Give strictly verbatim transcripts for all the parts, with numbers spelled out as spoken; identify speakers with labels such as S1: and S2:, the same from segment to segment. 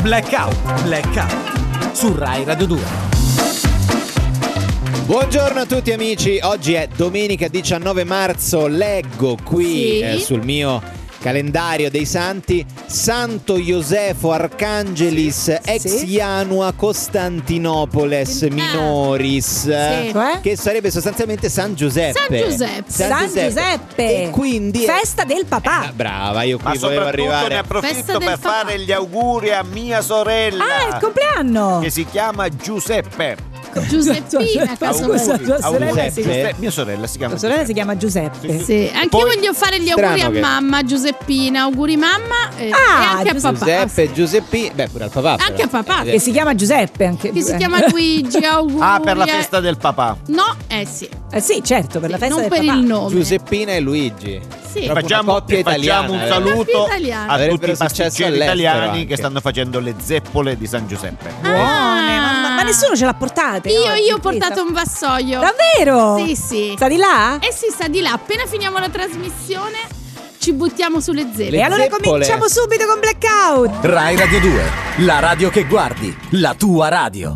S1: Blackout, Blackout su Rai Radio due.
S2: Buongiorno a tutti amici, oggi è domenica diciannove marzo, leggo qui
S3: Sì.
S2: eh, sul mio calendario dei santi Santo Iosefo Arcangelis ex Janua Costantinopolis Minoris,
S3: Sì.
S4: Cioè?
S2: che sarebbe sostanzialmente San Giuseppe.
S3: San Giuseppe.
S4: San Giuseppe.
S2: E quindi è-
S4: Festa del papà.
S2: Eh, brava, io qui
S5: Ma
S2: volevo
S5: soprattutto ne
S2: arrivare.
S3: Festa
S5: approfitto
S3: del
S5: per
S3: papà.
S5: fare gli auguri a mia sorella,
S4: Ah, è il compleanno.
S5: che si chiama Giuseppe.
S3: Giuseppina, questo
S5: Auguri,
S4: Scusa, tua sorella,
S5: auguri.
S4: si...
S2: Giuseppe.
S5: Mia sorella si chiama
S4: tua sorella si
S5: Giuseppe.
S4: chiama Giuseppe.
S3: Sì, anche
S5: Poi-
S3: io voglio fare gli auguri
S2: Strano
S3: a
S2: che-
S3: mamma Giuseppina, auguri mamma eh,
S4: Ah,
S3: e anche a papà.
S2: Giuseppe, Giuseppe, beh pure al papà. però.
S3: Anche a papà.
S2: Eh,
S4: Che si chiama Giuseppe anche.
S3: Che si chiama Luigi, auguri.
S5: Ah, per la festa del papà.
S3: No, eh sì.
S4: Eh sì, certo, per la
S3: Sì,
S4: festa
S3: non
S4: del
S3: per
S4: papà.
S3: il nome.
S2: Giuseppina e Luigi.
S3: Sì.
S2: Proprio
S5: Facciamo,
S2: una coppia
S5: e facciamo
S2: italiana,
S5: un
S2: eh.
S5: saluto
S3: Coppia italiana.
S5: a tutti
S2: Avrebbero
S5: i
S2: successo
S5: pasticceri
S2: all'estero
S5: italiani
S2: anche.
S5: che stanno facendo le zeppole di San Giuseppe.
S4: Buone, ma, ma- ma nessuno ce l'ha portate.
S3: Io,
S4: oggi,
S3: io ho
S4: qui,
S3: portato
S4: sta-
S3: un vassoio.
S4: Davvero?
S3: Sì, sì.
S4: Sta di là?
S3: Eh sì, sta di là. Appena finiamo la trasmissione ci buttiamo sulle zeppe.
S2: Le
S4: E allora
S2: zeppole.
S4: cominciamo subito con Blackout.
S1: Rai Radio due, la radio che guardi, la tua radio.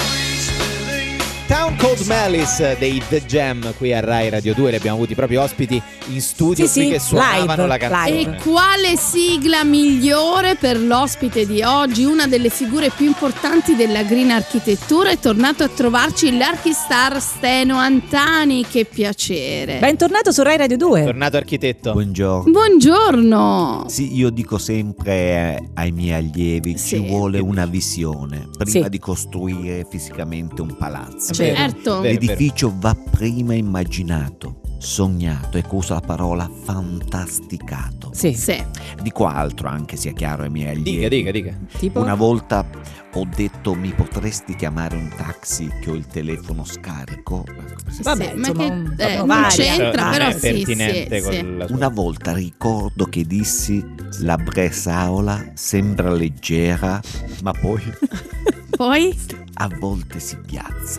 S2: Town Cold Malice dei The Jam qui a Rai Radio due, li abbiamo avuti proprio ospiti in studio
S4: Sì,
S2: qui
S4: sì,
S2: che suonavano
S4: live,
S2: la canzone.
S4: live.
S3: E quale sigla migliore per l'ospite di oggi? Una delle figure più importanti della green architettura è tornato a trovarci l'archistar Steno Antani. Che piacere.
S4: Bentornato su Rai Radio due.
S2: Tornato architetto.
S5: Buongiorno.
S3: Buongiorno.
S5: Sì, io dico sempre eh, ai miei allievi,
S3: Sì.
S5: ci vuole una visione prima
S4: Sì.
S5: di costruire fisicamente un palazzo.
S3: Certo.
S2: Vero.
S5: L'edificio va prima immaginato, sognato, ecco uso la parola fantasticato.
S4: Sì.
S3: Sì.
S5: Dico altro, anche sia chiaro ai miei allievi.
S2: Dica, dica, dica.
S4: Tipo?
S5: Una volta ho detto: mi potresti chiamare un taxi che ho il telefono scarico?
S4: Vabbè,
S3: Sì, ma
S4: insomma,
S3: che
S4: un-
S3: eh,
S4: proprio
S3: non
S4: varia.
S3: c'entra,
S2: Non
S3: però
S2: è
S3: sì,
S2: pertinente
S3: sì,
S2: con
S3: sì.
S2: la sua-
S5: Una volta ricordo che dissi: la bresaola sembra leggera, ma poi
S3: Poi
S5: a volte si piazza.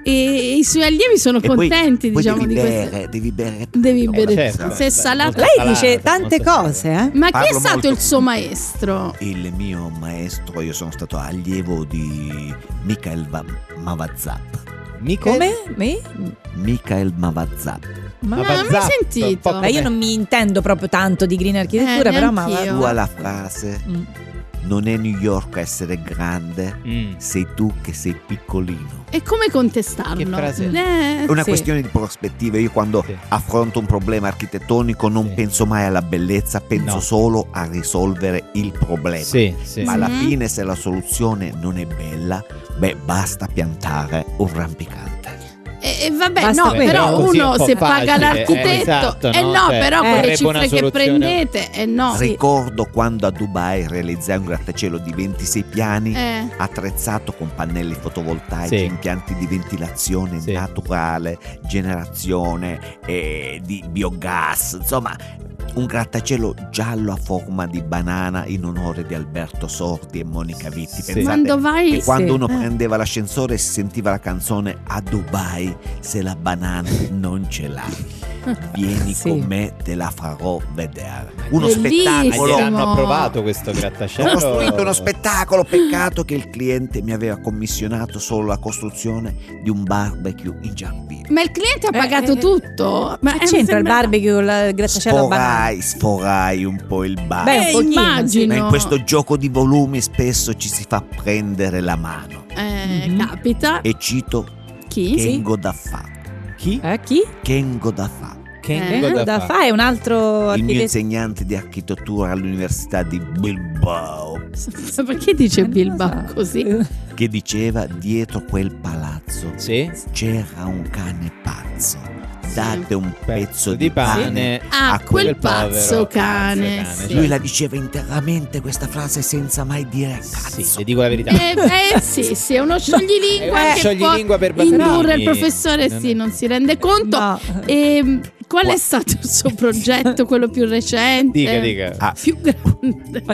S3: e i suoi allievi sono
S5: E poi-
S3: contenti,
S5: poi
S3: diciamo,
S5: devi
S3: di
S5: bere,
S3: questo.
S5: devi bere.
S3: Devi
S5: No,
S3: bere.
S2: certo.
S3: Se è salato.
S4: Lei
S2: Salata,
S4: dice tante
S2: molto
S4: cose, eh?
S3: Ma chi
S5: Parlo
S3: è stato
S5: molto-
S3: il suo maestro?
S5: Il mio maestro, io sono stato allievo di Mikhail Va- Mavazzap.
S2: Mica
S4: Come? Mi?
S5: Mikhail Mavazzap.
S4: Ma,
S3: non l'ho mai
S2: Mavazzap,
S3: sentito.
S2: un po'
S4: ma io non mi intendo proprio tanto di green architettura,
S3: Eh,
S4: però ma
S3: neanch'io.
S5: Tua la frase:
S4: Mm.
S5: non è New York a essere grande,
S2: Mm.
S5: sei tu che sei piccolino.
S3: E come contestarlo?
S2: Che frase?
S3: Eh,
S5: È una
S4: Sì.
S5: questione di prospettiva. Io quando
S2: Sì.
S5: affronto un problema architettonico non
S2: Sì.
S5: penso mai alla bellezza, penso
S2: No.
S5: solo a risolvere il problema.
S2: Sì, sì.
S5: Ma alla
S3: Mhm.
S5: fine, se la soluzione non è bella, beh, basta piantare un rampicante.
S3: E, e vabbè,
S4: Basta
S3: no,
S4: quello.
S3: però
S2: Così è un
S3: uno
S2: po'
S3: se paga
S2: facile,
S3: l'architetto,
S2: eh, esatto,
S3: eh
S2: no?
S3: no,
S2: Cioè,
S3: però con
S2: sarebbe
S3: le cifre
S2: una
S3: che
S2: soluzione.
S3: prendete, eh no.
S5: Ricordo quando a Dubai realizzai un grattacielo di ventisei piani
S3: Eh.
S5: attrezzato con pannelli fotovoltaici,
S2: Sì.
S5: impianti di ventilazione
S2: Sì.
S5: naturale, generazione eh, di biogas, insomma un grattacielo giallo a forma di banana in onore di Alberto Sordi e Monica Vitti.
S2: Sì.
S5: Pensate
S3: Quando vai
S5: che quando
S4: sì.
S5: uno
S3: Eh.
S5: prendeva l'ascensore si sentiva la canzone "A Dubai se la banana non ce l'hai, vieni
S4: Sì.
S5: con me, te la farò vedere". Uno
S3: Bellissimo.
S2: Ma
S5: spettacolo.
S2: gliel'hanno approvato questo grattacielo?
S5: Ho costruito uno spettacolo, peccato che il cliente mi aveva commissionato solo la costruzione di un barbecue in giardino.
S3: Ma il cliente ha
S4: Eh,
S3: pagato
S4: eh,
S3: tutto. Ma
S4: Che
S3: eh, mi
S4: c'entra il
S3: sembra-
S4: barbecue con il grattacielo a banana?
S5: Sforai, sforai un po' il
S4: Beh,
S5: barbecue.
S4: un
S3: Eh,
S4: pochino,
S3: immagino.
S5: Ma in questo gioco di volumi spesso ci si fa prendere la mano.
S3: Eh,
S4: Mhm.
S3: capita.
S5: E cito
S3: Chi?
S5: Kengo Dafa.
S2: Chi?
S4: Eh, chi?
S5: Kengo Dafa,
S2: Che
S3: Eh,
S2: cosa
S4: Da
S2: fa?
S4: fa è un altro
S5: il mio
S4: architetto.
S5: insegnante di architettura all'Università di Bilbao,
S3: Perché dice Bilbao così?
S5: che diceva: dietro quel palazzo
S2: Sì?
S5: c'era un cane pazzo. Date un pezzo
S2: di pane
S3: Ah,
S5: a
S3: quel
S2: quel
S3: pazzo
S2: povero
S3: cane.
S2: pazzo cane,
S3: sì.
S5: Lui la diceva interamente questa frase senza mai dire cazzo.
S2: Sì, le dico la verità.
S3: Eh, eh, sì, sì, è uno scioglilingua
S2: Eh,
S3: che
S2: scioglilingua
S3: può
S2: per bambini.
S3: indurre il professore,
S2: Non
S3: sì,
S2: è-
S3: non si rende conto.
S4: No.
S3: E qual è stato il suo progetto, quello più recente?
S2: Dica, dica.
S5: Ah,
S3: Più grande.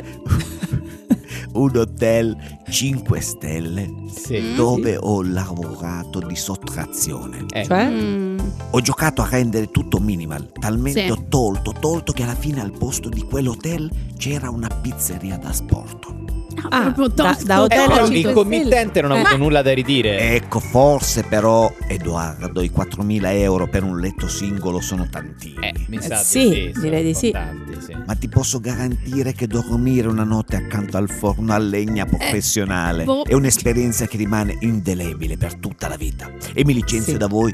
S5: un hotel cinque stelle
S2: Sì.
S5: dove ho lavorato di sottrazione.
S2: Eh,
S4: Cioè?
S3: Mm.
S5: Ho giocato a rendere tutto minimal, talmente
S3: Sì.
S5: ho tolto, tolto che alla fine al posto di quell'hotel c'era una pizzeria da sport.
S4: Ah,
S3: proprio
S4: da-
S3: tosco,
S4: da hotel
S2: Eh,
S3: tosco.
S2: però
S4: cinque
S2: il
S4: stelle.
S2: committente non ha avuto
S3: Ma-
S2: nulla da ridire.
S5: Ecco, forse però, Edoardo, i quattromila euro per un letto singolo sono tantini.
S2: Eh, mi sa di
S4: sì,
S2: sono
S4: direi di sì.
S2: tanti, sì.
S5: Ma ti posso garantire che dormire una notte accanto al forno a legna professionale
S3: boh.
S5: è un'esperienza che rimane indelebile per tutta la vita. E mi licenzio
S4: Sì.
S5: da voi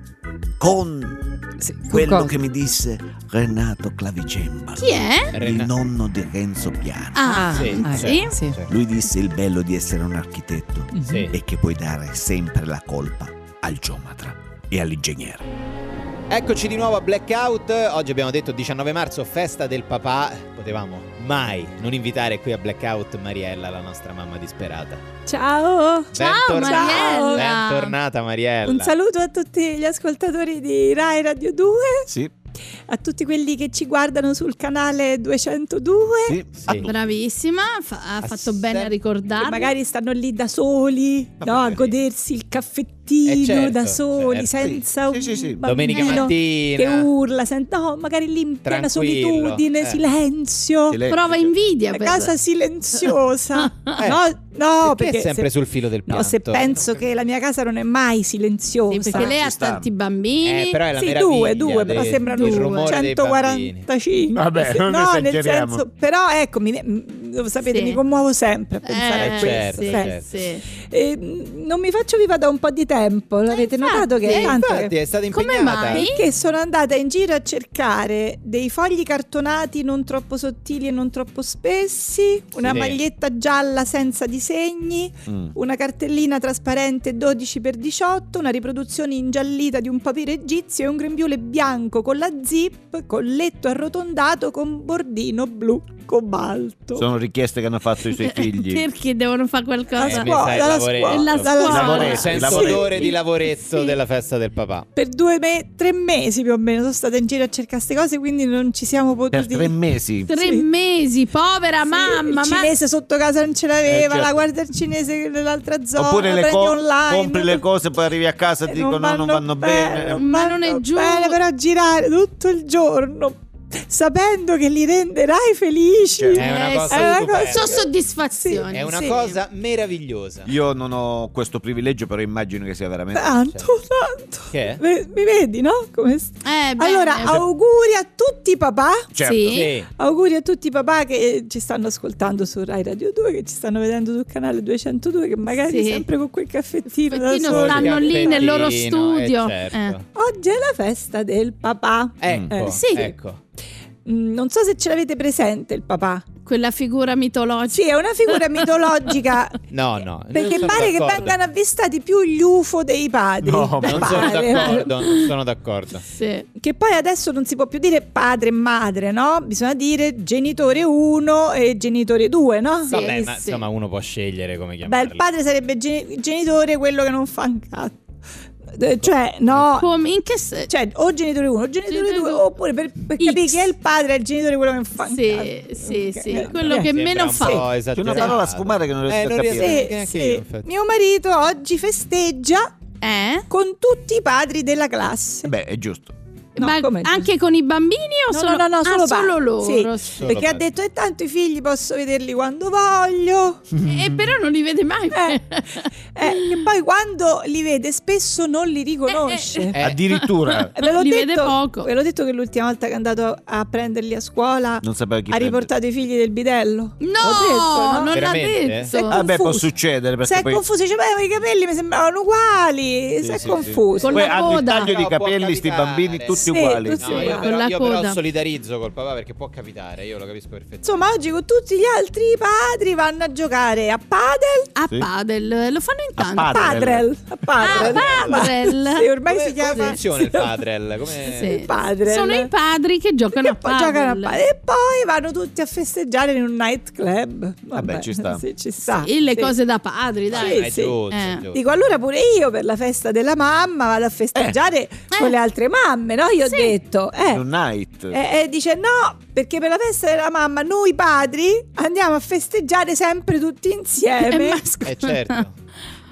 S5: con
S4: Sì,
S5: quello
S4: concordo.
S5: che mi disse Renato Clavicembalo,
S3: Chi è?
S5: il
S2: Rena-
S5: nonno di Renzo Piano.
S3: Ah,
S2: Sì,
S4: ah,
S3: sì.
S4: sì.
S2: certo.
S5: Lui disse il bello di essere un architetto
S2: Sì.
S5: è che puoi dare sempre la colpa al geomatra e all'ingegnere.
S2: Eccoci di nuovo a Blackout. Oggi abbiamo detto diciannove marzo, festa del papà. Potevamo mai non invitare qui a Blackout Mariella, la nostra mamma disperata.
S4: Ciao.
S3: Ciao,
S2: Bentorna-
S3: Mariella.
S2: Bentornata Mariella.
S4: Un saluto a tutti gli ascoltatori di Rai Radio due,
S5: Sì,
S4: a tutti quelli che ci guardano sul canale duecentodue,
S5: sì.
S2: Sì.
S3: Bravissima, fa- ha
S2: Ha
S3: fatto bene a
S2: sempre-
S3: ricordarlo.
S4: che magari stanno lì da soli,
S2: Ma
S4: no, a
S2: magari.
S4: godersi il caffettino
S2: Eh, certo,
S4: da soli,
S2: certo.
S4: senza
S5: Sì, sì, sì.
S4: un
S2: Domenica
S4: bambino
S2: mattina.
S4: che urla, sen- no, magari lì in piena
S2: Tranquillo,
S4: solitudine,
S2: eh.
S4: silenzio.
S5: Silenzio.
S3: Prova invidia
S4: La
S3: per...
S4: casa silenziosa.
S2: Eh,
S4: No, no,
S2: perché
S4: perché
S2: è sempre
S4: se,
S2: sul filo del pianto?
S4: no, se penso che la mia casa non è mai
S3: Sì,
S4: silenziosa.
S3: perché lei ha
S5: Ci sta.
S3: tanti bambini.
S2: Eh, però è la
S4: Sì,
S2: meraviglia
S4: due, due, però
S2: dei-
S4: sembrano
S2: il rumore dei bambini.
S4: centoquarantacinque.
S5: Vabbè,
S4: Sì,
S5: non
S4: no, nel
S5: esageriamo.
S4: senso, però ecco, mi, m- sapete,
S3: Sì.
S4: mi commuovo sempre a pensare
S3: Eh,
S4: a questo.
S2: certo,
S3: sì,
S4: sempre.
S2: certo.
S3: sì.
S4: E, mh, non mi faccio viva da un po' di tempo, l'avete
S3: infatti.
S4: notato che
S3: Eh,
S4: tanto che-
S2: Infatti è stata
S3: Come
S2: impegnata.
S3: mai?
S4: perché sono andata in giro a cercare dei fogli cartonati non troppo sottili e non troppo spessi, una
S2: Sì.
S4: maglietta gialla senza disegni,
S5: Mm.
S4: una cartellina trasparente dodici per diciotto, una riproduzione ingiallita di un papiro egizio e un grembiule bianco con la zip, con letto arrotondato con bordino blu cobalto.
S5: Sono richieste che hanno fatto i suoi figli.
S3: Perché devono fare
S4: Dalla
S3: qualcosa?
S2: Eh, mi
S4: scuola,
S2: sa il
S4: dalla
S2: lavoretto.
S4: scuola,
S3: La
S4: dalla
S3: scuola.
S4: scuola.
S5: Lavoretto,
S2: Senza
S5: lavoretto.
S2: odore di lavoretto
S3: Sì.
S2: della festa del papà.
S4: Per due me- tre mesi più o meno sono stata in giro a cercare queste cose, quindi non ci siamo
S5: Per
S4: potuti.
S5: tre mesi.
S3: Tre
S4: Sì.
S3: mesi, povera
S4: Sì,
S3: mamma.
S4: il
S3: ma...
S4: cinese sotto casa non ce l'aveva,
S5: Eh, certo.
S4: la guardia il cinese nell'altra zona,
S5: Oppure le
S4: prendi
S5: co-
S4: online.
S5: compri le cose, poi arrivi a casa e
S4: Eh,
S5: dicono no, non vanno bene.
S3: Ma non è
S4: vanno
S3: giusto.
S4: bene, però girare tutto il giorno sapendo che li renderai felici.
S5: Certo.
S2: È una
S3: Eh,
S2: cosa
S3: sì.
S4: è una
S2: stupenda.
S4: cosa-
S3: So soddisfazione.
S2: È una
S4: Sì.
S2: cosa meravigliosa.
S5: Io non ho questo privilegio, però immagino che sia veramente.
S4: Tanto, tanto.
S2: Che è?
S4: Ve- Mi vedi, no? Come st-
S3: Eh, bene.
S4: allora, auguri a tutti i papà.
S5: Certo.
S3: Sì.
S2: Sì.
S4: Auguri a tutti i papà che ci stanno ascoltando su Rai Radio due, che ci stanno vedendo sul canale duecentodue, che magari
S3: Sì.
S4: sempre con quel caffettino da
S3: Caffettino
S4: soli.
S3: stanno lì nel loro
S2: Caffettino, eh,
S3: studio.
S2: certo.
S4: Oggi è la festa del papà.
S2: Ecco,
S4: Eh,
S3: sì.
S2: ecco.
S4: Mm, Non so se ce l'avete presente il papà.
S3: Quella figura mitologica.
S4: Sì, è una figura mitologica.
S2: No, no.
S4: Perché
S2: non sono
S4: pare che
S2: d'accordo.
S4: vengano avvistati più gli U F O dei padri.
S5: No, ma
S2: Non
S4: Pare.
S2: sono d'accordo, non sono d'accordo.
S3: Sì.
S4: Che poi adesso non si può più dire padre e madre, no? Bisogna dire genitore uno e genitore due, no?
S3: Sì.
S2: Vabbè, ma
S3: sì.
S2: insomma uno può scegliere come
S4: Beh,
S2: chiamarli.
S4: il padre sarebbe geni- genitore quello che non fa un cazzo. Eh, Cioè, no.
S3: Come, in che senso?
S4: Cioè, o genitore uno o genitore
S3: Genitore
S4: due,
S3: due.
S4: oppure per, per
S3: X.
S4: capire chi è il padre e il genitore quello che non fa un
S3: Sì,
S4: cazzo.
S3: sì,
S4: Ok.
S3: sì, quello
S4: Eh,
S3: che
S2: Sembra
S3: meno
S2: un
S3: fa.
S2: po'
S5: C'è una
S2: esagerato.
S5: parola sfumata che non riesco
S2: Eh,
S5: a
S2: non riesco-
S5: capire.
S4: Sì,
S2: Neanche
S4: sì.
S2: io, infatti.
S4: Mio marito oggi festeggia
S3: Eh?
S4: con tutti i padri della classe.
S5: Beh, è giusto.
S4: No,
S3: Ma
S4: come?
S3: anche con i bambini o
S4: No,
S3: solo,
S4: no, no, no, solo
S3: ah, solo
S4: padri.
S3: loro?
S4: Sì.
S2: Solo
S4: Perché ha
S2: padri.
S4: detto e tanto i figli posso vederli quando voglio.
S3: E però non li vede mai.
S4: Eh, eh, che poi quando li vede spesso non li riconosce.
S2: Eh.
S5: Addirittura
S4: Eh, ve l'ho
S3: li
S4: detto,
S3: vede poco.
S4: Ve l'ho detto che l'ultima volta che è andato a prenderli a scuola
S5: non sapeva chi
S4: ha
S5: prendere.
S4: riportato i figli del bidello.
S3: No,
S4: L'ho detto, no?
S3: non l'ha
S2: Veramente?
S3: detto.
S4: Si è
S5: Vabbè, può
S4: confuso.
S5: succedere
S4: Si
S5: perché
S4: è
S5: poi
S4: confuso, dice, beh, ma i capelli mi sembravano uguali.
S5: Sì,
S4: si è
S5: sì,
S4: confuso.
S3: Con
S5: poi
S3: la
S5: hanno il
S3: coda.
S5: taglio di
S2: No, può
S5: capelli sti
S2: capitare.
S5: bambini tutti
S4: Sì,
S5: uguali.
S4: tutti
S2: No, io
S4: uguali.
S3: Con
S2: però,
S3: la
S2: io però
S3: coda.
S2: solidarizzo col papà perché può capitare, io lo capisco perfettamente.
S4: Insomma, oggi con tutti gli altri padri vanno a giocare a padel.
S3: A
S5: Sì.
S3: padel, lo fanno in tanti.
S5: A padel.
S4: Padrel. A padel.
S3: Ah, padel.
S4: Sì, ormai
S2: Come,
S4: si chiama
S2: come funziona il padrel? Come...
S3: Sì.
S4: Padel.
S3: Sono i padri che giocano
S4: Che
S3: a
S4: poi
S3: padel.
S4: giocano a padel. E poi vanno tutti a festeggiare in un nightclub.
S5: Vabbè, ci sta.
S4: Sì, ci sta.
S3: Sì, le
S4: Sì.
S3: cose da padri,
S2: Ma
S3: dai.
S2: è
S4: sì.
S2: giusto, è
S3: Eh.
S2: giusto.
S4: Dico, allora pure io per la festa della mamma vado a festeggiare con le altre mamme, no? Io
S3: Sì.
S4: ho detto, eh.
S5: Un night.
S4: E, e dice no, perché per la festa della mamma noi padri andiamo a festeggiare sempre tutti
S3: Eh,
S4: insieme.
S3: ma scusa.
S2: Eh certo.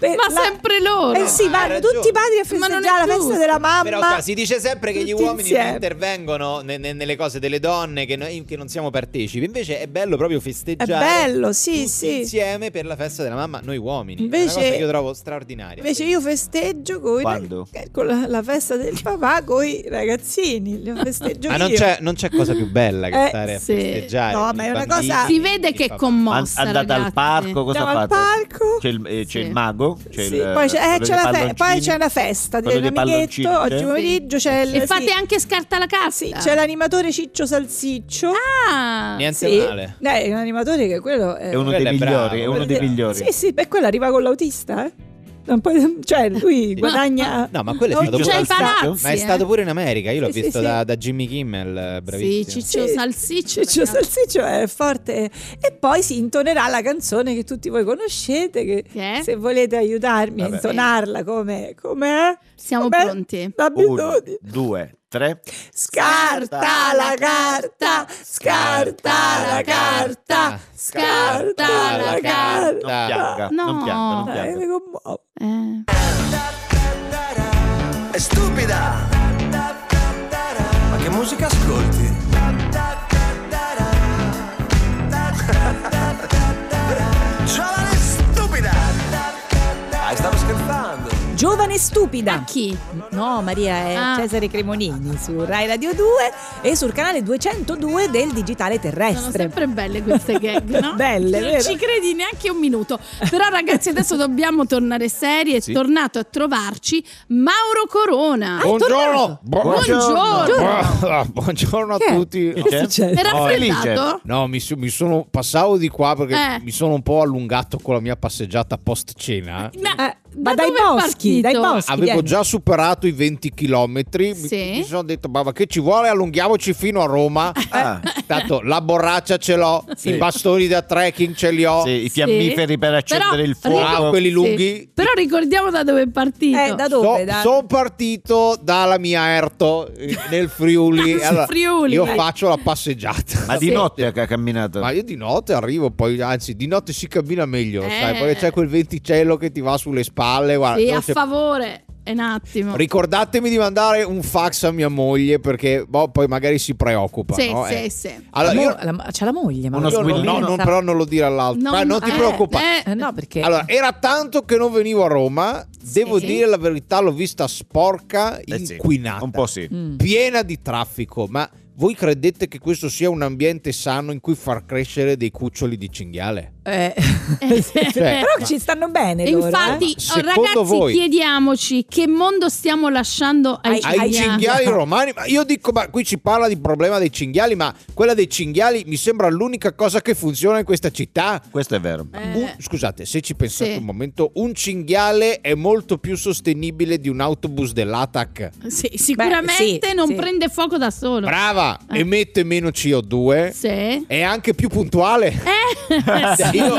S4: per
S3: Ma
S4: la-
S3: sempre loro.
S4: Eh sì,
S2: Ma hai
S4: vanno
S2: ragione.
S4: tutti i padri a
S3: Ma non è
S4: festeggiare la
S3: giusto.
S4: festa della mamma.
S2: Però qua si dice sempre che gli
S4: tutti
S2: uomini
S4: insieme.
S2: intervengono ne- ne- nelle cose delle donne, che noi che non siamo partecipi. Invece è bello proprio
S4: È
S2: festeggiare
S4: bello, sì,
S2: tutti
S4: sì.
S2: insieme per la festa della mamma, noi uomini.
S4: Invece-
S2: è una cosa che io trovo straordinaria.
S4: Invece io festeggio coi
S5: Quando?
S4: rag- con la, la festa del papà con i ragazzini, li festeggio
S2: Ma
S4: io.
S2: non c'è, non c'è cosa più bella che
S4: Eh,
S2: stare a
S3: sì.
S2: festeggiare.
S4: No,
S2: con
S4: ma
S2: i
S4: è una
S2: bambini,
S4: cosa-
S3: Si vede
S2: il
S3: che è
S2: papà.
S3: commossa,
S5: An- andate al
S3: ragazzi.
S5: parco, cosa
S4: Andiamo al
S5: fate?
S4: parco.
S5: C'è il, eh, c'è
S3: Sì.
S5: il mago, c'è
S4: Sì,
S5: il,
S4: poi c'è, eh,
S5: quello
S4: c'è
S5: dei
S4: la fe- poi
S5: palloncini.
S4: c'è una festa di
S5: Quello
S4: un
S5: dei
S4: amichetto.
S5: palloncini,
S4: Oggi
S5: c'è?
S4: pomeriggio c'è il
S3: E fate
S4: sì.
S3: anche scarta la cassa.
S4: Sì, c'è l'animatore Ciccio Salsiccio.
S3: Ah,
S2: Niente
S4: Sì.
S2: male.
S4: Eh, è un animatore che quello è,
S5: È uno
S2: Quello
S5: dei
S2: è bravo,
S5: migliori, è uno
S2: quello
S5: dei
S2: è-
S5: migliori.
S4: Sì, sì, e quello arriva con l'autista, eh. Non puoi- cioè, lui guadagna.
S2: No, ma quello è
S4: Non
S2: stato
S3: c'è
S2: pure
S3: i palazzi.
S2: Ma è
S3: eh.
S2: stato pure in America, io l'ho
S4: Sì, sì,
S2: visto
S4: sì.
S2: da, da Jimmy Kimmel, eh,
S3: Sì,
S2: bravissimo.
S3: Ciccio
S4: Sì.
S3: Salsiccio.
S4: Ciccio
S3: ragazzi.
S4: Salsiccio è forte. E poi si intonerà la canzone che tutti voi conoscete. Che
S3: Che è?
S4: se volete aiutarmi
S5: Vabbè.
S4: a intonarla come com'è?
S3: Siamo
S4: Com'è?
S3: pronti.
S5: Uno,
S4: L'abitudine.
S5: due, tre.
S4: Scarta la carta, scarta la carta, scarta la
S5: Non
S4: carta.
S5: pianga,
S3: No.
S5: non pianga, non
S4: Eh,
S5: pianga.
S4: mi commuovo.
S3: Eh.
S6: È stupida. Ma che musica ascolti? Giovane stupida. Dai, stavo scherzando.
S4: Giovane stupida.
S3: A chi?
S4: No, Maria, è
S3: Ah.
S4: Cesare Cremonini su Rai Radio due e sul canale duecentodue del digitale
S3: Sono
S4: terrestre.
S3: sempre belle queste gag, no?
S4: Belle,
S3: Non
S4: vero?
S3: ci credi neanche un minuto. Però ragazzi adesso dobbiamo tornare seri. È
S5: Sì.
S3: tornato a trovarci Mauro Corona.
S2: Buongiorno.
S3: Buongiorno.
S2: Buongiorno a
S4: Che è?
S2: tutti.
S5: Chi
S4: Che
S5: c'è?
S4: succede?
S3: Era
S5: Oh,
S3: raffreddato?
S2: No, mi, so- mi sono passavo di qua perché
S3: Eh.
S2: mi sono un po' allungato con la mia passeggiata post cena.
S3: Ma,
S4: Eh, ma
S3: da
S4: dai
S3: dove è
S4: boschi, dai
S3: partito?
S4: boschi.
S2: Avevo
S4: vieni.
S2: già superato i venti chilometri. Mi,
S3: Sì.
S2: mi sono detto, ma che ci vuole? Allunghiamoci fino a Roma.
S5: Ah,
S2: Tanto la borraccia ce l'ho,
S5: Sì.
S2: i bastoni da trekking ce li ho.
S5: sì, i fiammiferi per accendere
S3: Però-
S5: il fuoco.
S2: Ah, quelli lunghi.
S3: Però ricordiamo da dove è partito.
S4: Eh, da dove? Da-
S2: Sono partito dalla mia Erto eh, nel Friuli.
S3: Sul
S2: Allora,
S3: Friuli.
S2: Io faccio la passeggiata.
S5: Ma di
S3: Sì.
S5: notte che ha camminato.
S2: Ma io di notte arrivo, poi anzi di notte si cammina meglio,
S3: Eh.
S2: sai, perché c'è quel venticello che ti va sulle spalle. Guarda,
S3: Sì,
S2: non
S3: a
S2: si-
S3: favore. È un attimo.
S2: Ricordatemi di mandare un fax a mia moglie perché boh, poi magari si preoccupa.
S3: Sì,
S2: no?
S3: sì,
S2: Eh.
S3: sì.
S2: Allora,
S4: La mo-
S2: io,
S4: la- c'è la moglie, ma
S5: Uno
S2: io non-
S5: squillino.
S2: no, non- però non lo dire all'altro.
S3: Non-
S2: Ma non ti
S3: eh,
S2: preoccupare.
S3: eh.
S4: Eh, no, perché
S2: Allora, era tanto che non venivo a Roma. Devo
S3: Sì.
S2: dire la verità, l'ho vista sporca,
S5: Eh sì,
S2: inquinata,
S5: un po' sì.
S4: Mm.
S2: piena di traffico. Ma voi credete che questo sia un ambiente sano in cui far crescere dei cuccioli di cinghiale?
S4: Eh,
S3: Eh,
S2: Cioè,
S4: però ci stanno bene
S3: E
S4: loro,
S3: infatti,
S4: eh?
S3: oh,
S2: secondo
S3: ragazzi,
S2: voi-
S3: chiediamoci che mondo stiamo lasciando ai,
S4: Ai-
S2: ai cinghiali romani, ma io dico, ma qui ci parla di problema dei cinghiali, ma quella dei cinghiali mi sembra l'unica cosa che funziona in questa città.
S5: Questo è vero.
S3: Eh,
S2: Un- scusate, se ci pensate
S3: Sì.
S2: un momento, un cinghiale è molto più sostenibile di un autobus dell'A T A C.
S3: sì, sicuramente
S4: Beh, sì,
S3: non
S4: sì.
S3: prende fuoco da solo.
S2: Brava,
S3: Eh.
S2: emette meno C O due,
S3: Sì.
S2: è anche più puntuale.
S3: Eh, sì.
S2: Io,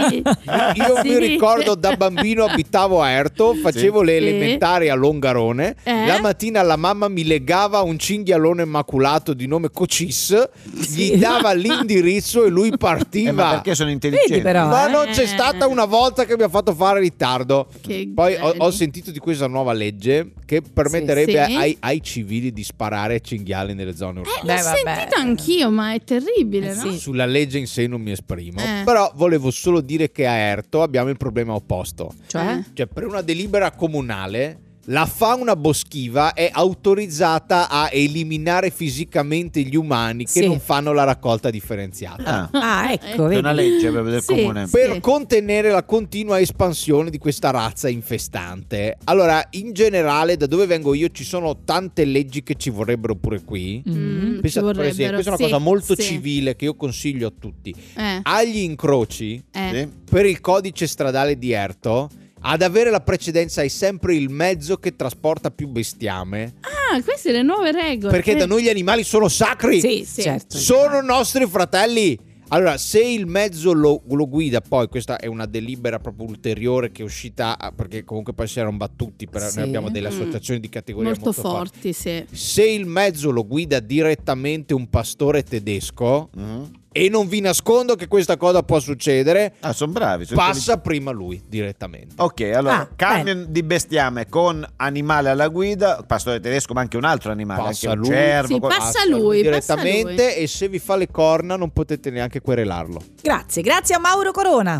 S2: io
S3: Sì.
S2: mi ricordo da bambino abitavo a Erto, facevo le
S3: Sì.
S2: elementari a Longarone.
S3: Eh?
S2: La mattina la mamma mi legava un cinghialone immaculato di nome Cocis, gli dava l'indirizzo e lui partiva.
S5: Eh, ma perché sono intelligenti?
S4: Vedi però,
S2: Ma
S4: eh?
S2: non c'è stata una volta che mi ha fatto fare ritardo.
S3: Che
S2: Poi ho,
S3: belli.
S2: ho sentito di questa nuova legge che permetterebbe
S3: Sì.
S2: ai, ai civili di sparare ai cinghiali nelle zone urbane.
S3: Eh,
S4: Beh,
S3: l'ho
S4: vabbè.
S3: sentito anch'io, ma è terribile,
S4: Eh,
S3: no?
S4: sì.
S2: Sulla legge in sé non mi esprimo,
S3: Eh.
S2: però volevo solo dire che a Erto abbiamo il problema opposto.
S4: Cioè?
S3: Eh.
S2: Cioè, per una delibera comunale, la fauna boschiva è autorizzata a eliminare fisicamente gli umani che
S4: Sì.
S2: non fanno la raccolta differenziata.
S5: Ah,
S4: Ah, ecco,
S5: è
S4: vedi.
S5: una legge proprio del
S3: Sì.
S5: comune.
S2: Per
S3: Sì.
S2: contenere la continua espansione di questa razza infestante. Allora, in generale, da dove vengo io ci sono tante leggi che ci vorrebbero pure qui.
S3: Mm, ci
S2: Pensate, per esempio,
S3: vorrebbero,
S2: questa è una
S3: sì,
S2: cosa molto
S3: sì.
S2: civile che io consiglio a tutti.
S3: Eh,
S2: Agli incroci,
S3: eh.
S5: Sì.
S2: per il codice stradale di Erto, ad avere la precedenza è sempre il mezzo che trasporta più bestiame,
S3: Ah, queste le nuove regole.
S2: perché da noi gli animali sono sacri,
S4: Sì,
S3: Sì.
S4: certo.
S2: sono nostri fratelli. Allora, se il mezzo lo, lo guida, poi questa è una delibera proprio ulteriore che è uscita, ah, perché comunque poi si erano battuti, per,
S4: Sì.
S2: noi abbiamo delle
S3: Mm.
S2: associazioni di categoria
S3: molto,
S2: molto, forti.
S3: forti, sì.
S2: Se il mezzo lo guida direttamente un pastore tedesco,
S5: Mm.
S2: e non vi nascondo che questa cosa può succedere,
S5: Ah, sono bravi. Sono
S2: passa prima lui direttamente.
S5: Ok, allora,
S4: Ah,
S5: camion di bestiame con animale alla guida, pastore tedesco, ma anche un altro animale,
S2: Passa
S5: anche un
S2: lui.
S5: cervo.
S3: Sì,
S5: co-
S3: passa lui, passa
S2: direttamente e se vi fa le corna non potete neanche querelarlo.
S4: Grazie, grazie a Mauro Corona.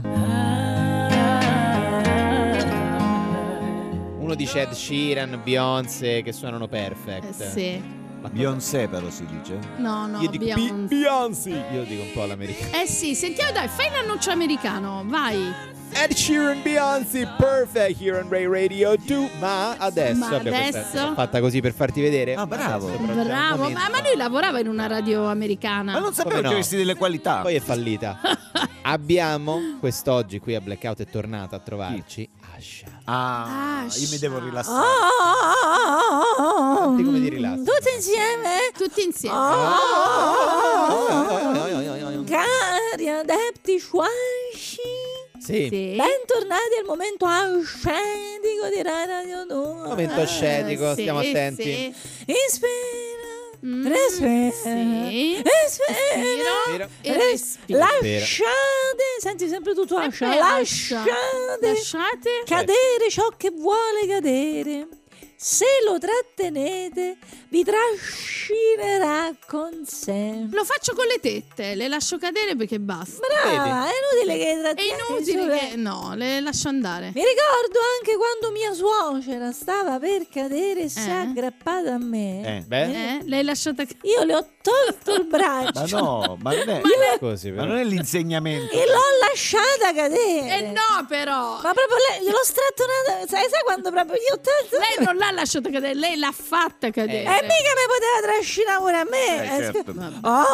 S2: Uno dice Ed Sheeran, Beyoncé che suonano perfect.
S3: Eh, sì.
S2: Ma
S5: Beyoncé però si dice.
S3: No, no,
S2: io dico Be-
S3: Beyoncé.
S2: Beyoncé. Io dico un po' all'americano.
S3: Eh sì, sentiamo, dai, fai l'annuncio americano, vai.
S2: Ed Sheeran, Beyoncé, perfect here on Ray Radio due. Ma adesso
S3: Ma
S2: abbiamo
S3: adesso?
S2: questa- l'ho fatta così per farti vedere.
S5: Ah, bravo.
S2: Adesso però c'è un
S3: Bravo,
S2: momento.
S3: ma, ma lui lavorava in una radio americana.
S5: Ma non sapevo
S2: Come
S5: che
S2: no?
S5: avessi delle qualità.
S2: Poi è fallita. Abbiamo quest'oggi qui a Blackout è tornata a trovarci Asha.
S5: Ah,
S3: Ah,
S5: io mi devo
S3: scià.
S5: rilassare.
S2: Senti come ti rilassi.
S4: Tutti insieme.
S3: Tutti insieme.
S4: Cari adepti squasci,
S2: Sì.
S3: Sì.
S4: bentornati al momento ascetico di Rai Radio due.
S2: Momento ascetico,
S3: Eh, sì,
S2: stiamo attenti.
S3: sì.
S4: Ispira,
S3: Mm,
S4: respira,
S3: sì.
S4: respira,
S3: Respiro e
S4: res-
S3: respiro.
S4: lasciate, senti sempre tu tu
S3: E
S4: Ascia,
S3: poi lascia-
S4: lasciate
S3: Lasciate.
S4: cadere ciò che vuole cadere. Se lo trattenete, vi trascinerà con sé.
S3: Lo faccio con le tette, le lascio cadere perché basta.
S4: Brava, è inutile che
S3: È
S4: trattieni
S3: inutile
S4: sulle-
S3: che... No, le lascio andare.
S4: Mi ricordo anche quando mia suocera stava per cadere e si è
S3: Eh?
S4: aggrappata a me.
S5: Eh.
S2: Beh,
S3: Eh? L'hai lasciata cadere.
S4: Io le ho tolto il braccio
S5: Ma no, ma non è,
S2: così
S5: ma
S2: però.
S5: non è l'insegnamento.
S4: e l'ho lasciata cadere.
S3: Eh no, però.
S4: Ma proprio lei, gliel'ho strattonata, sai, sai quando proprio io ho tolto...
S3: Lei non l'ha lasciata cadere, lei l'ha fatta cadere.
S4: E mica mi poteva trascinare pure a me.
S5: Eh, certo.
S3: Vabbè.
S4: Oh,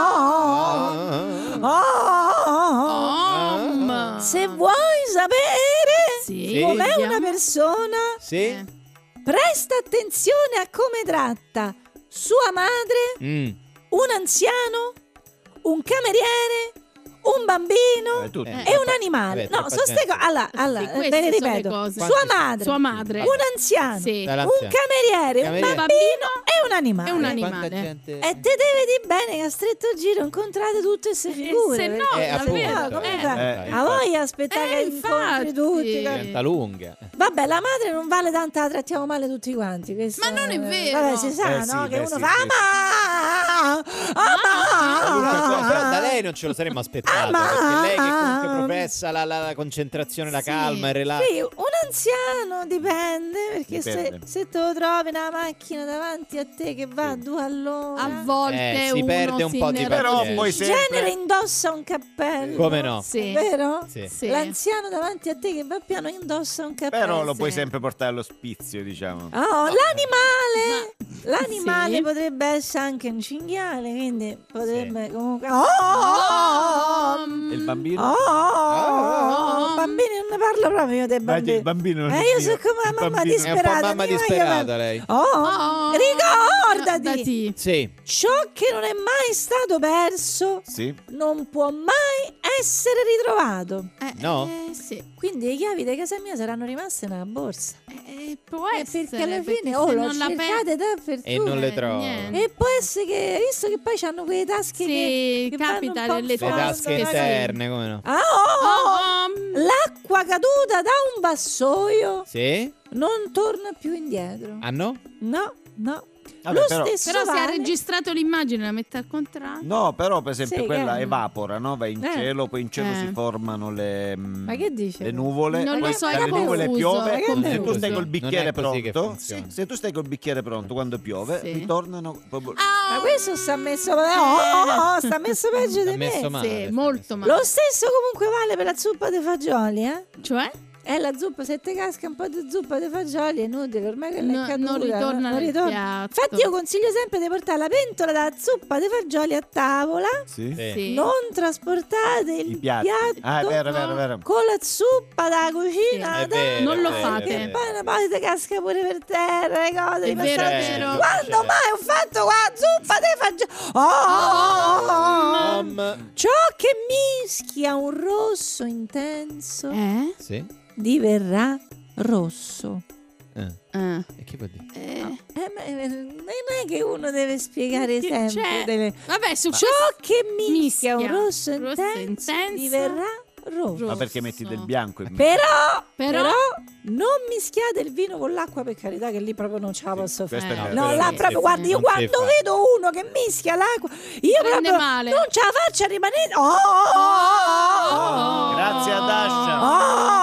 S4: oh, oh, oh, oh.
S3: Om.
S4: Se vuoi sapere
S3: Sì,
S2: Sì.
S4: com'è
S3: vediamo.
S4: una persona,
S2: Sì?
S3: Eh.
S4: presta attenzione a come tratta sua madre,
S2: Mm.
S4: un anziano, un cameriere, un bambino
S5: Eh, tutti.
S3: Eh.
S4: e un animale.
S2: Vabbè,
S4: No,
S2: troppa
S4: sono ste
S2: gente.
S4: co- allora, allora,
S3: queste
S4: ve le
S3: sono le
S4: ripeto.
S3: cose.
S4: Sua
S2: Quanti-
S4: madre,
S3: Sua madre.
S4: un anziano,
S3: Sì.
S2: Dai,
S4: un
S2: l'anziano.
S4: cameriere, un
S2: Cameriere.
S4: bambino e un animale.
S3: E un
S2: Quanta
S3: animale.
S2: gente-
S4: E te devi dire bene che a stretto giro incontrate tutte queste figure.
S3: se no,
S4: perché-
S2: Eh,
S3: davvero.
S2: appunto.
S4: come
S3: Eh.
S4: fa?
S5: Eh,
S4: A voi aspettate
S3: Eh,
S4: che incontri
S3: infatti.
S4: tutti.
S2: Diventa lunga.
S4: Vabbè, la madre non vale tanto, la trattiamo male tutti quanti. questo-
S3: Ma non è vero.
S4: Vabbè, si sa,
S5: Eh,
S4: no?
S5: sì,
S4: che
S5: beh,
S4: uno
S5: sì,
S4: fa
S5: sì.
S4: "Ah, ah,
S2: Comunque,
S4: ah,
S2: però da lei non ce lo saremmo aspettato,
S4: ma-
S2: perché lei che comunque professa la, la- la concentrazione, la
S3: Sì.
S2: calma, il relax.
S4: Sì, un anziano dipende, perché se,
S5: Dipende.
S4: se te lo trovi una macchina davanti a te che va a due all'ora,
S3: A volte
S2: Eh, si
S3: uno
S2: perde un
S3: si
S2: po' di
S3: innervosisce.
S5: Però
S2: pazienza.
S5: poi
S4: in
S5: sempre
S4: genere indossa un cappello.
S2: Come no?
S3: Sì.
S4: Vero?
S2: Sì.
S3: Sì.
S4: L'anziano davanti a te che va piano indossa un cappello.
S5: però lo puoi
S3: sì.
S5: sempre portare all'ospizio, diciamo.
S4: Oh, l'animale! L'animale
S3: Sì.
S4: potrebbe essere anche un cinghiale, quindi potrebbe comunque. Oh, oh, oh,
S3: Om.
S5: E il bambino?
S4: oh, oh,
S3: Oh.
S4: bambini non ne parlo proprio io dei
S5: Dai,
S4: bambini.
S5: il bambino non
S4: Eh,
S5: è
S4: io
S5: mio.
S4: sono come la
S5: Il
S4: mamma
S5: bambino-
S2: È un po'
S4: disperata.
S2: mamma
S4: mi voglio
S2: disperata
S4: bene.
S2: lei.
S4: Oh,
S3: Oh.
S4: ricordati!
S3: Guardati.
S2: Sì.
S4: Ciò che non è mai stato perso
S5: Sì.
S4: non può mai essere ritrovato.
S3: Eh,
S2: No?
S3: eh, sì.
S4: Quindi le chiavi di casa mia saranno rimaste nella borsa.
S3: Eh, può
S4: Eh,
S3: essere.
S4: perché alla fine
S3: perché
S4: oh,
S3: se
S4: l'ho
S3: non la per-
S4: cercate dappertutto.
S2: E non le
S3: Eh,
S2: trovo.
S3: niente.
S4: E può essere che, visto che poi hanno quelle tasche
S3: Sì,
S4: che, che
S3: capita
S4: vanno un po'
S3: nelle
S4: in
S2: Le
S4: fondo,
S2: tasche
S3: Sì.
S2: interne, come no?
S4: Ah, oh, oh,
S3: Om.
S4: l'acqua caduta da un vassoio
S2: Sì?
S4: non torna più indietro.
S2: Ah no?
S4: No, no.
S5: Vabbè,
S4: Lo
S5: però-
S4: stesso
S3: Però se ha
S4: vale-
S3: registrato l'immagine la mette al contrario.
S5: No, però per esempio
S4: Sì,
S5: quella
S4: che-
S5: evapora, no? Va in
S4: Eh.
S5: cielo, poi in cielo
S3: Eh.
S5: si formano le, mm,
S4: Ma che dice?
S5: le nuvole,
S3: Non lo
S5: poi
S3: so, è
S5: dalle nuvole
S3: confuso,
S5: piove.
S3: è
S5: Se tu
S3: confuso.
S5: stai col
S2: Non
S5: bicchiere
S2: è così che
S5: pronto,
S2: funziona.
S5: se tu stai col bicchiere pronto quando piove,
S3: Sì.
S5: ritornano proprio.
S3: Ah,
S4: Ma questo sta messo, oh, oh, oh, sta messo peggio
S2: Sta
S4: di
S2: messo
S4: me.
S2: male.
S3: sì,
S2: sta
S3: molto
S2: messo
S3: male.
S4: Lo stesso comunque vale per la zuppa dei fagioli, eh?
S3: Cioè?
S4: È la zuppa, se ti casca un po' di zuppa dei fagioli è inutile, ormai quella
S3: No-
S4: è caduta.
S3: non ritorna
S4: non
S3: nel
S4: ritorna.
S3: piatto.
S4: Infatti io consiglio sempre di portare la pentola della zuppa dei fagioli a tavola,
S5: Sì.
S2: Sì.
S3: Sì.
S4: non trasportate il
S5: I piatti.
S4: piatto
S5: Ah, è vero, è vero, è vero.
S4: con la zuppa dalla cucina.
S2: È
S4: da-
S2: vero,
S3: Non
S2: è
S3: lo
S2: vero,
S3: fate.
S2: è
S4: Che
S2: vero.
S4: poi una poi ti casca pure per terra le cose.
S3: È
S4: ti
S3: vero,
S4: passano-
S3: è
S2: Certo,
S3: vero.
S4: Quando
S2: certo.
S4: mai ho fatto qua la zuppa dei fagioli? Oh, oh, oh.
S2: Om.
S4: Ciò che mischia un rosso intenso
S3: Eh?
S2: Sì.
S4: diverrà rosso.
S2: Eh.
S3: Eh.
S2: E che vuol dire?
S3: Eh.
S4: Eh, ma, eh, non è che uno deve spiegare
S3: Che
S4: sempre.
S3: c'è?
S4: delle-
S3: Vabbè, su
S4: Ciò che mischia, un
S3: mischia
S4: rosso
S3: rosso
S4: intenso,
S3: intenso
S4: diverrà rosso.
S5: Ma perché metti del bianco in
S4: Però,
S3: Però-
S4: però, non mischiate il vino con l'acqua, per carità, che lì proprio non ce la posso fare.
S5: Questo
S3: Eh,
S5: no,
S4: No,
S5: quello
S4: là
S5: non
S4: proprio,
S5: si
S4: guarda, io
S2: non si
S4: quando
S2: fa.
S4: vedo uno che mischia l'acqua, io
S3: Prende
S4: proprio
S3: male.
S4: non ce la faccio a rimanere. Oh, oh, oh, oh,
S5: Grazie ad Ascia
S4: oh,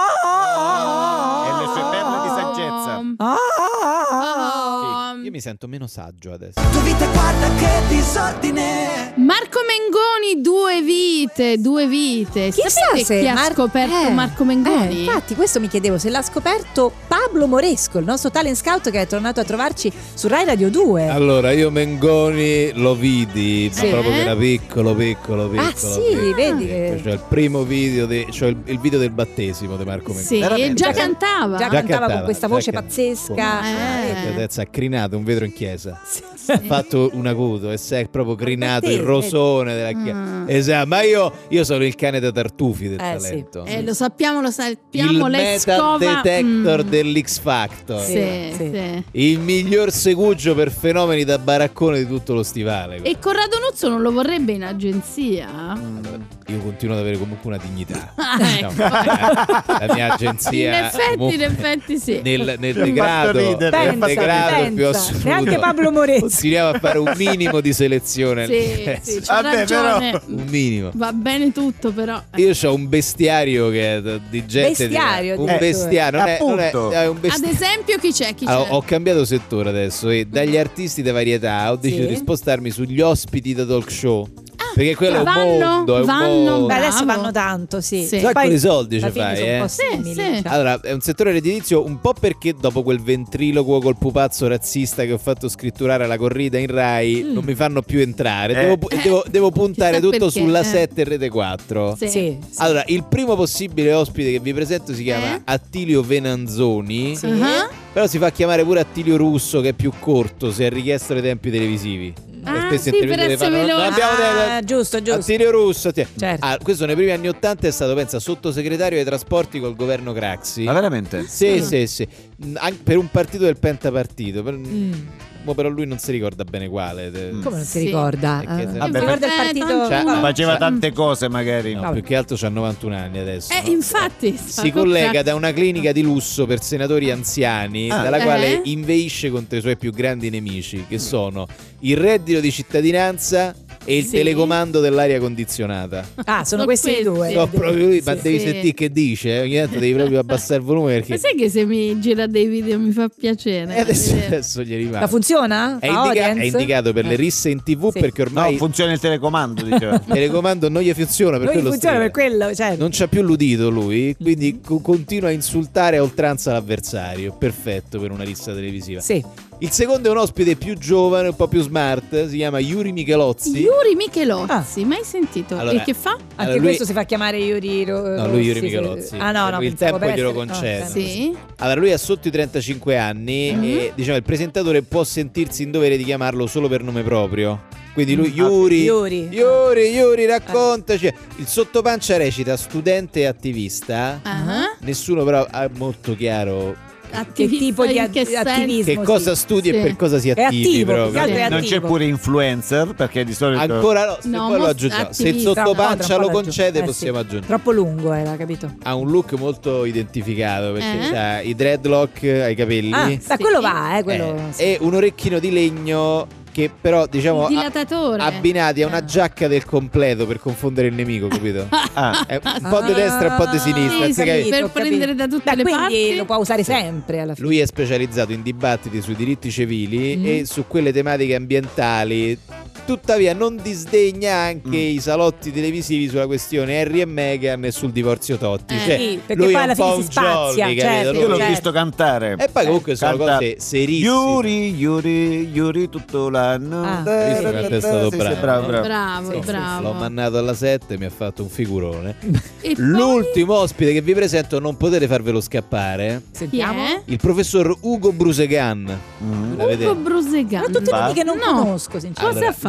S4: oh, oh,
S5: e le sue perle di saggezza.
S4: oh, oh, oh.
S2: Sì, io mi sento meno saggio adesso.
S6: Tu vita guarda che disordine.
S3: Marco Mengoni, due vite, due vite.
S4: Chissà
S3: Sapete
S4: se
S3: chi ha
S4: Mar-
S3: scoperto
S4: eh,
S3: Marco Mengoni?
S4: Eh, infatti, questo mi chiedevo se l'ha scoperto Pablo Moresco, il nostro talent scout che è tornato a trovarci su Rai Radio due.
S2: Allora, io Mengoni lo vidi
S3: Sì.
S2: proprio che era piccolo, piccolo, piccolo.
S4: Ah, sì,
S2: piccolo.
S4: vedi che-
S2: Cioè il primo video, di, cioè il, il video del battesimo di Marco Mengoni.
S3: Sì, e
S5: Veramente?
S3: già cantava.
S4: Già
S2: Già
S4: cantava
S2: cantava,
S4: con questa
S2: già
S4: voce
S2: cantava.
S4: pazzesca.
S3: Eh.
S4: Ah, vedi?
S2: Adesso ha crinato un vetro in chiesa. Ha fatto un acuto e si è proprio crinato
S4: te,
S2: il rosone della chiesa.
S3: Mm.
S2: Esatto, ma io, io sono il cane da tartufi del
S4: Eh, sì.
S2: talento.
S3: Eh, lo sappiamo, lo sappiamo,
S2: il
S3: lei
S2: metal
S3: scova.
S2: detector
S3: Mm.
S2: dell'X Factor.
S3: Sì,
S4: Sì, sì.
S3: sì.
S2: Il miglior segugio per fenomeni da baraccone di tutto lo stivale.
S3: E Corrado Nuzzo non lo vorrebbe in agenzia?
S2: Io continuo ad avere comunque una dignità.
S3: Ah,
S2: Diciamo, la, la mia agenzia
S3: in effetti,
S2: comunque,
S3: in effetti sì.
S2: nel, nel
S5: Mi ha
S2: degrado,
S5: fatto ridere.
S2: nel
S4: Pensa,
S2: degrado più
S4: pensa.
S2: assoluto.
S4: Neanche Pablo Moresco.
S2: Continuiamo a fare un minimo di selezione.
S3: Sì,
S2: Eh,
S3: sì, c'ha
S5: Vabbè,
S3: ragione.
S5: però-
S2: un minimo.
S3: Va bene tutto, però.
S2: Io ho un bestiario che è di gente di-
S4: Bestiario,
S2: un
S4: addirittura.
S2: bestiario, non è, non è-
S5: Appunto.
S2: è un
S3: Ad
S2: bestiario.
S3: esempio, chi c'è? Chi
S2: Allora,
S3: c'è?
S2: ho cambiato settore adesso e dagli artisti da varietà ho deciso
S4: Sì.
S2: di spostarmi sugli ospiti da talk show. Perché quello è un
S3: vanno,
S2: mondo, è un
S3: vanno,
S2: mondo.
S4: Beh, adesso
S3: Bravo.
S4: vanno tanto, sì.
S3: Sì.
S2: Un sacco
S4: Poi
S2: di soldi
S4: alla
S2: ci
S4: fine
S2: fai,
S4: sono un
S2: eh.
S4: po'
S3: Sì,
S4: simili,
S3: sì.
S4: diciamo.
S2: Allora, è un settore redditizio un po' perché dopo quel ventriloquo col pupazzo razzista che ho fatto scritturare alla corrida in Rai
S4: Mm.
S2: non mi fanno più entrare.
S5: Eh.
S2: Devo, pu- devo- devo puntare
S3: Chissà
S2: tutto
S3: perché,
S2: sulla
S3: eh.
S2: sette e Rete quattro.
S3: Sì.
S4: Sì, sì.
S2: Allora, il primo possibile ospite che vi presento si chiama
S3: Eh?
S2: Attilio Venanzoni.
S4: Sì.
S3: Ah.
S2: Però si fa chiamare pure Attilio Russo, che è più corto se è richiesto nei tempi televisivi.
S3: Ah,
S2: E spesso
S3: sì,
S2: in televisione
S3: per
S2: fanno,
S3: essere
S2: "Non
S3: veloci."
S2: abbiamo
S4: Ah,
S2: tempo".
S4: giusto, giusto.
S2: Attilio Russo. Attilio-
S4: Certo.
S2: Ah, questo nei primi anni Ottanta è stato, pensa, sottosegretario ai trasporti col governo Craxi.
S5: Ma veramente?
S2: Sì, sì, sì. Mm, anche per un partito del pentapartito. Per...
S4: Mm.
S2: mo però lui non si ricorda bene quale. de-
S5: Mm.
S4: Come non si
S3: Sì.
S4: ricorda?
S2: Perché se-
S4: Ah,
S5: Vabbè,
S4: ricorda il
S3: eh,
S4: partito.
S3: tanto
S2: Cioè,
S3: uno-
S5: Faceva
S2: Cioè-
S5: tante cose magari.
S2: No,
S4: Vabbè.
S2: più che altro c'ha novantuno anni adesso.
S3: Eh,
S2: no?
S3: infatti.
S2: Si collega da una clinica di lusso per senatori anziani,
S5: Ah.
S2: dalla
S3: Eh?
S2: quale inveisce contro i suoi più grandi nemici, che sono il reddito di cittadinanza e il
S3: Sì.
S2: telecomando dell'aria condizionata.
S4: Ah, sono
S3: Sono
S4: questi
S3: questi.
S4: due.
S2: So proprio lui, ma
S3: Sì,
S2: devi
S3: sì.
S2: sentire che dice, eh, ogni tanto devi proprio abbassare il volume perché
S3: Ma sai che se mi gira dei video mi fa piacere?
S2: e adesso,
S3: vedere?
S2: adesso gli rimane.
S4: Ma funziona?
S2: È,
S4: Fa
S2: indica-
S4: audience?
S2: è indicato per le
S4: Eh.
S2: risse in tv
S4: Sì.
S2: perché ormai
S5: No, funziona il telecomando, diceva.
S2: il telecomando non gli funziona per
S4: Non
S2: quello
S4: funziona
S2: strilla.
S4: per quello, cioè.
S2: Non c'ha più l'udito lui, quindi co- continua a insultare a oltranza l'avversario. Perfetto per una rissa televisiva.
S4: Sì.
S2: Il secondo è un ospite più giovane, un po' più smart, si chiama Yuri Michelozzi.
S3: Yuri Michelozzi, mai sentito?
S2: Allora,
S3: e che fa?
S4: Anche
S2: Allora, lui-
S4: questo si fa chiamare Yuri Ro-
S2: No, lui Yuri
S4: Rossi, se-
S2: Michelozzi.
S4: Ah no, no,
S2: Il
S4: pensavo
S2: tempo
S4: per
S2: glielo
S4: essere- no,
S2: concedo.
S4: ok.
S3: Sì.
S2: Allora, lui ha sotto i trentacinque anni
S3: Mhm.
S2: e diciamo il presentatore può sentirsi in dovere di chiamarlo solo per nome proprio. Quindi lui,
S4: Mm,
S2: Yuri,
S4: Yuri.
S2: Yuri, Yuri, raccontaci. Il sottopancia recita studente e attivista.
S3: Ah.
S2: Nessuno però ha molto chiaro
S3: Attivista
S4: tipo di
S3: in
S4: at-
S3: che senso?
S4: attivismo?
S2: che cosa
S4: sì.
S2: studi
S3: Sì.
S2: e per cosa si
S4: È
S2: attivi.
S4: attivo,
S2: proprio.
S4: più che altro è
S5: Non c'è
S4: attivo.
S5: pure influencer, perché di solito
S2: Ancora no, se
S3: No,
S2: poi lo
S3: mo-
S2: aggiungiamo. Se il
S3: attivista.
S4: Tra un po', tra
S2: sottopancia
S4: un po'
S2: lo
S4: lo
S2: concede
S4: aggiungo. Eh,
S2: possiamo
S4: sì.
S2: aggiungere.
S4: Troppo lungo era, capito?
S2: Ha un look molto identificato perché
S3: Eh?
S2: ha i dreadlock ai capelli.
S4: Ah, da
S3: Sì.
S4: quello va, eh, quello.
S2: Eh,
S4: sì.
S2: e un orecchino di legno che però diciamo
S3: Il
S2: a-
S3: dilatatore.
S2: abbinati a una
S3: Ah.
S2: giacca del completo per confondere il nemico, capito?
S5: Ah,
S2: È un po' di destra e un po' di sinistra.
S3: Sì,
S2: sai
S3: sì,
S2: che-
S3: per
S4: Ho capito.
S3: prendere da tutte
S4: Beh,
S3: le
S4: quindi
S3: parti.
S4: lo può usare sempre alla fine.
S2: Lui è specializzato in dibattiti sui diritti civili
S4: Mm.
S2: e su quelle tematiche ambientali. Tuttavia non disdegna anche
S5: Mm.
S2: i salotti televisivi sulla questione Harry e Meghan e sul divorzio Totti.
S3: Eh,
S2: Cioè,
S4: sì, perché
S2: lui
S4: poi
S2: è
S4: alla
S2: un
S4: fine
S2: po'
S4: si
S2: un
S4: spazia,
S2: jolly,
S4: certo,
S2: capito?
S5: io l'ho
S2: Lui-
S4: certo.
S5: visto cantare.
S2: E poi comunque sono
S5: Canta
S2: cose serissime.
S5: Yuri, Yuri, Yuri tutto l'anno.
S4: Ah.
S2: Hai visto quanto è stato
S5: Sì, sì,
S2: bravo?
S5: bravo, bravo.
S3: Bravo,
S4: Sì, sì,
S3: bravo.
S2: L'ho mandato alla sette, mi ha fatto un figurone.
S3: E poi-
S2: L'ultimo ospite che vi presento non potete farvelo scappare.
S3: Chi
S4: Sentiamo.
S3: è?
S2: Il professor Ugo Brusegan.
S5: Mm.
S2: L'avete-
S3: Ugo Brusegan.
S4: Ma tutti i
S5: Va.
S4: nomi che non
S3: No.
S4: conosco, sinceramente.
S3: Cosa fa?
S2: lui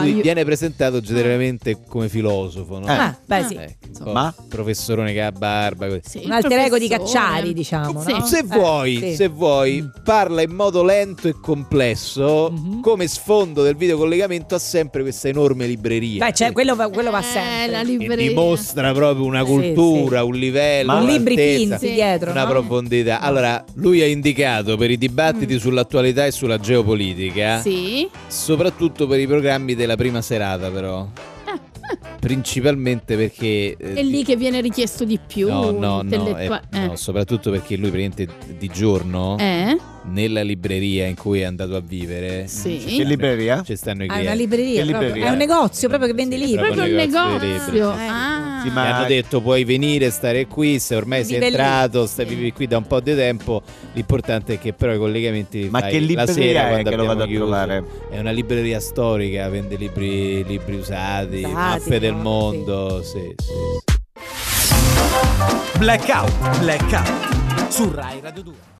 S2: Lui
S3: io-
S2: viene presentato generalmente come filosofo, no?
S7: Ah, beh,
S3: Ah.
S7: sì.
S2: Eh, un po'
S5: Ma?
S2: professorone che ha barba. così.
S3: Sì,
S7: Un
S3: il
S7: alter ego di
S3: professore.
S7: Cacciari, diciamo,
S3: Sì.
S7: no?
S2: Se
S7: Eh,
S2: vuoi,
S7: sì.
S2: se vuoi, parla in modo lento e complesso,
S7: Mhm.
S2: come sfondo del videocollegamento ha sempre questa enorme libreria.
S7: Beh, cioè, quello va, quello va
S3: Eh,
S7: sempre.
S3: la
S2: che
S3: libreria.
S2: dimostra proprio una
S7: Sì,
S2: cultura, un livello,
S7: Con libri
S2: un'altezza,
S7: finti dietro,
S2: una
S7: no?
S2: profondità. Allora, lui ha indicato per i dibattiti
S3: Mm.
S2: sull'attualità e sulla geopolitica,
S3: Sì.
S2: soprattutto per i programmi della prima serata, però. Principalmente perché eh,
S3: È lì che viene richiesto di più.
S2: no, no, no,
S3: intellettua-
S2: eh, no, soprattutto perché lui praticamente di giorno
S3: Eh?
S2: nella libreria in cui è andato a vivere
S3: Sì.
S5: Che libreria?
S2: ci stanno i
S7: Ah, è
S2: clienti.
S7: una libreria,
S5: Che
S7: proprio.
S5: libreria?
S7: È un negozio proprio che vende
S2: Sì,
S7: libri.
S3: Proprio un
S2: negozio di
S3: negozio.
S2: libri.
S3: Ah.
S5: Sì,
S2: Mi
S5: ma-
S2: hanno detto puoi venire, stare qui, se ormai sei
S7: Vive lì.
S2: entrato, stai
S7: Sì.
S2: vivi qui da un po' di tempo, l'importante è che però i collegamenti li
S5: Ma
S2: fai
S5: che
S2: la
S5: libreria
S2: sera
S5: è
S2: quando
S5: che lo
S2: abbiamo
S5: vado a
S2: chiuso.
S5: trovare?
S2: È una libreria storica, vende libri, libri usati,
S7: Usati,
S2: mappe del
S7: no?
S2: mondo, sì, sì.
S1: Blackout, blackout su Rai Radio due.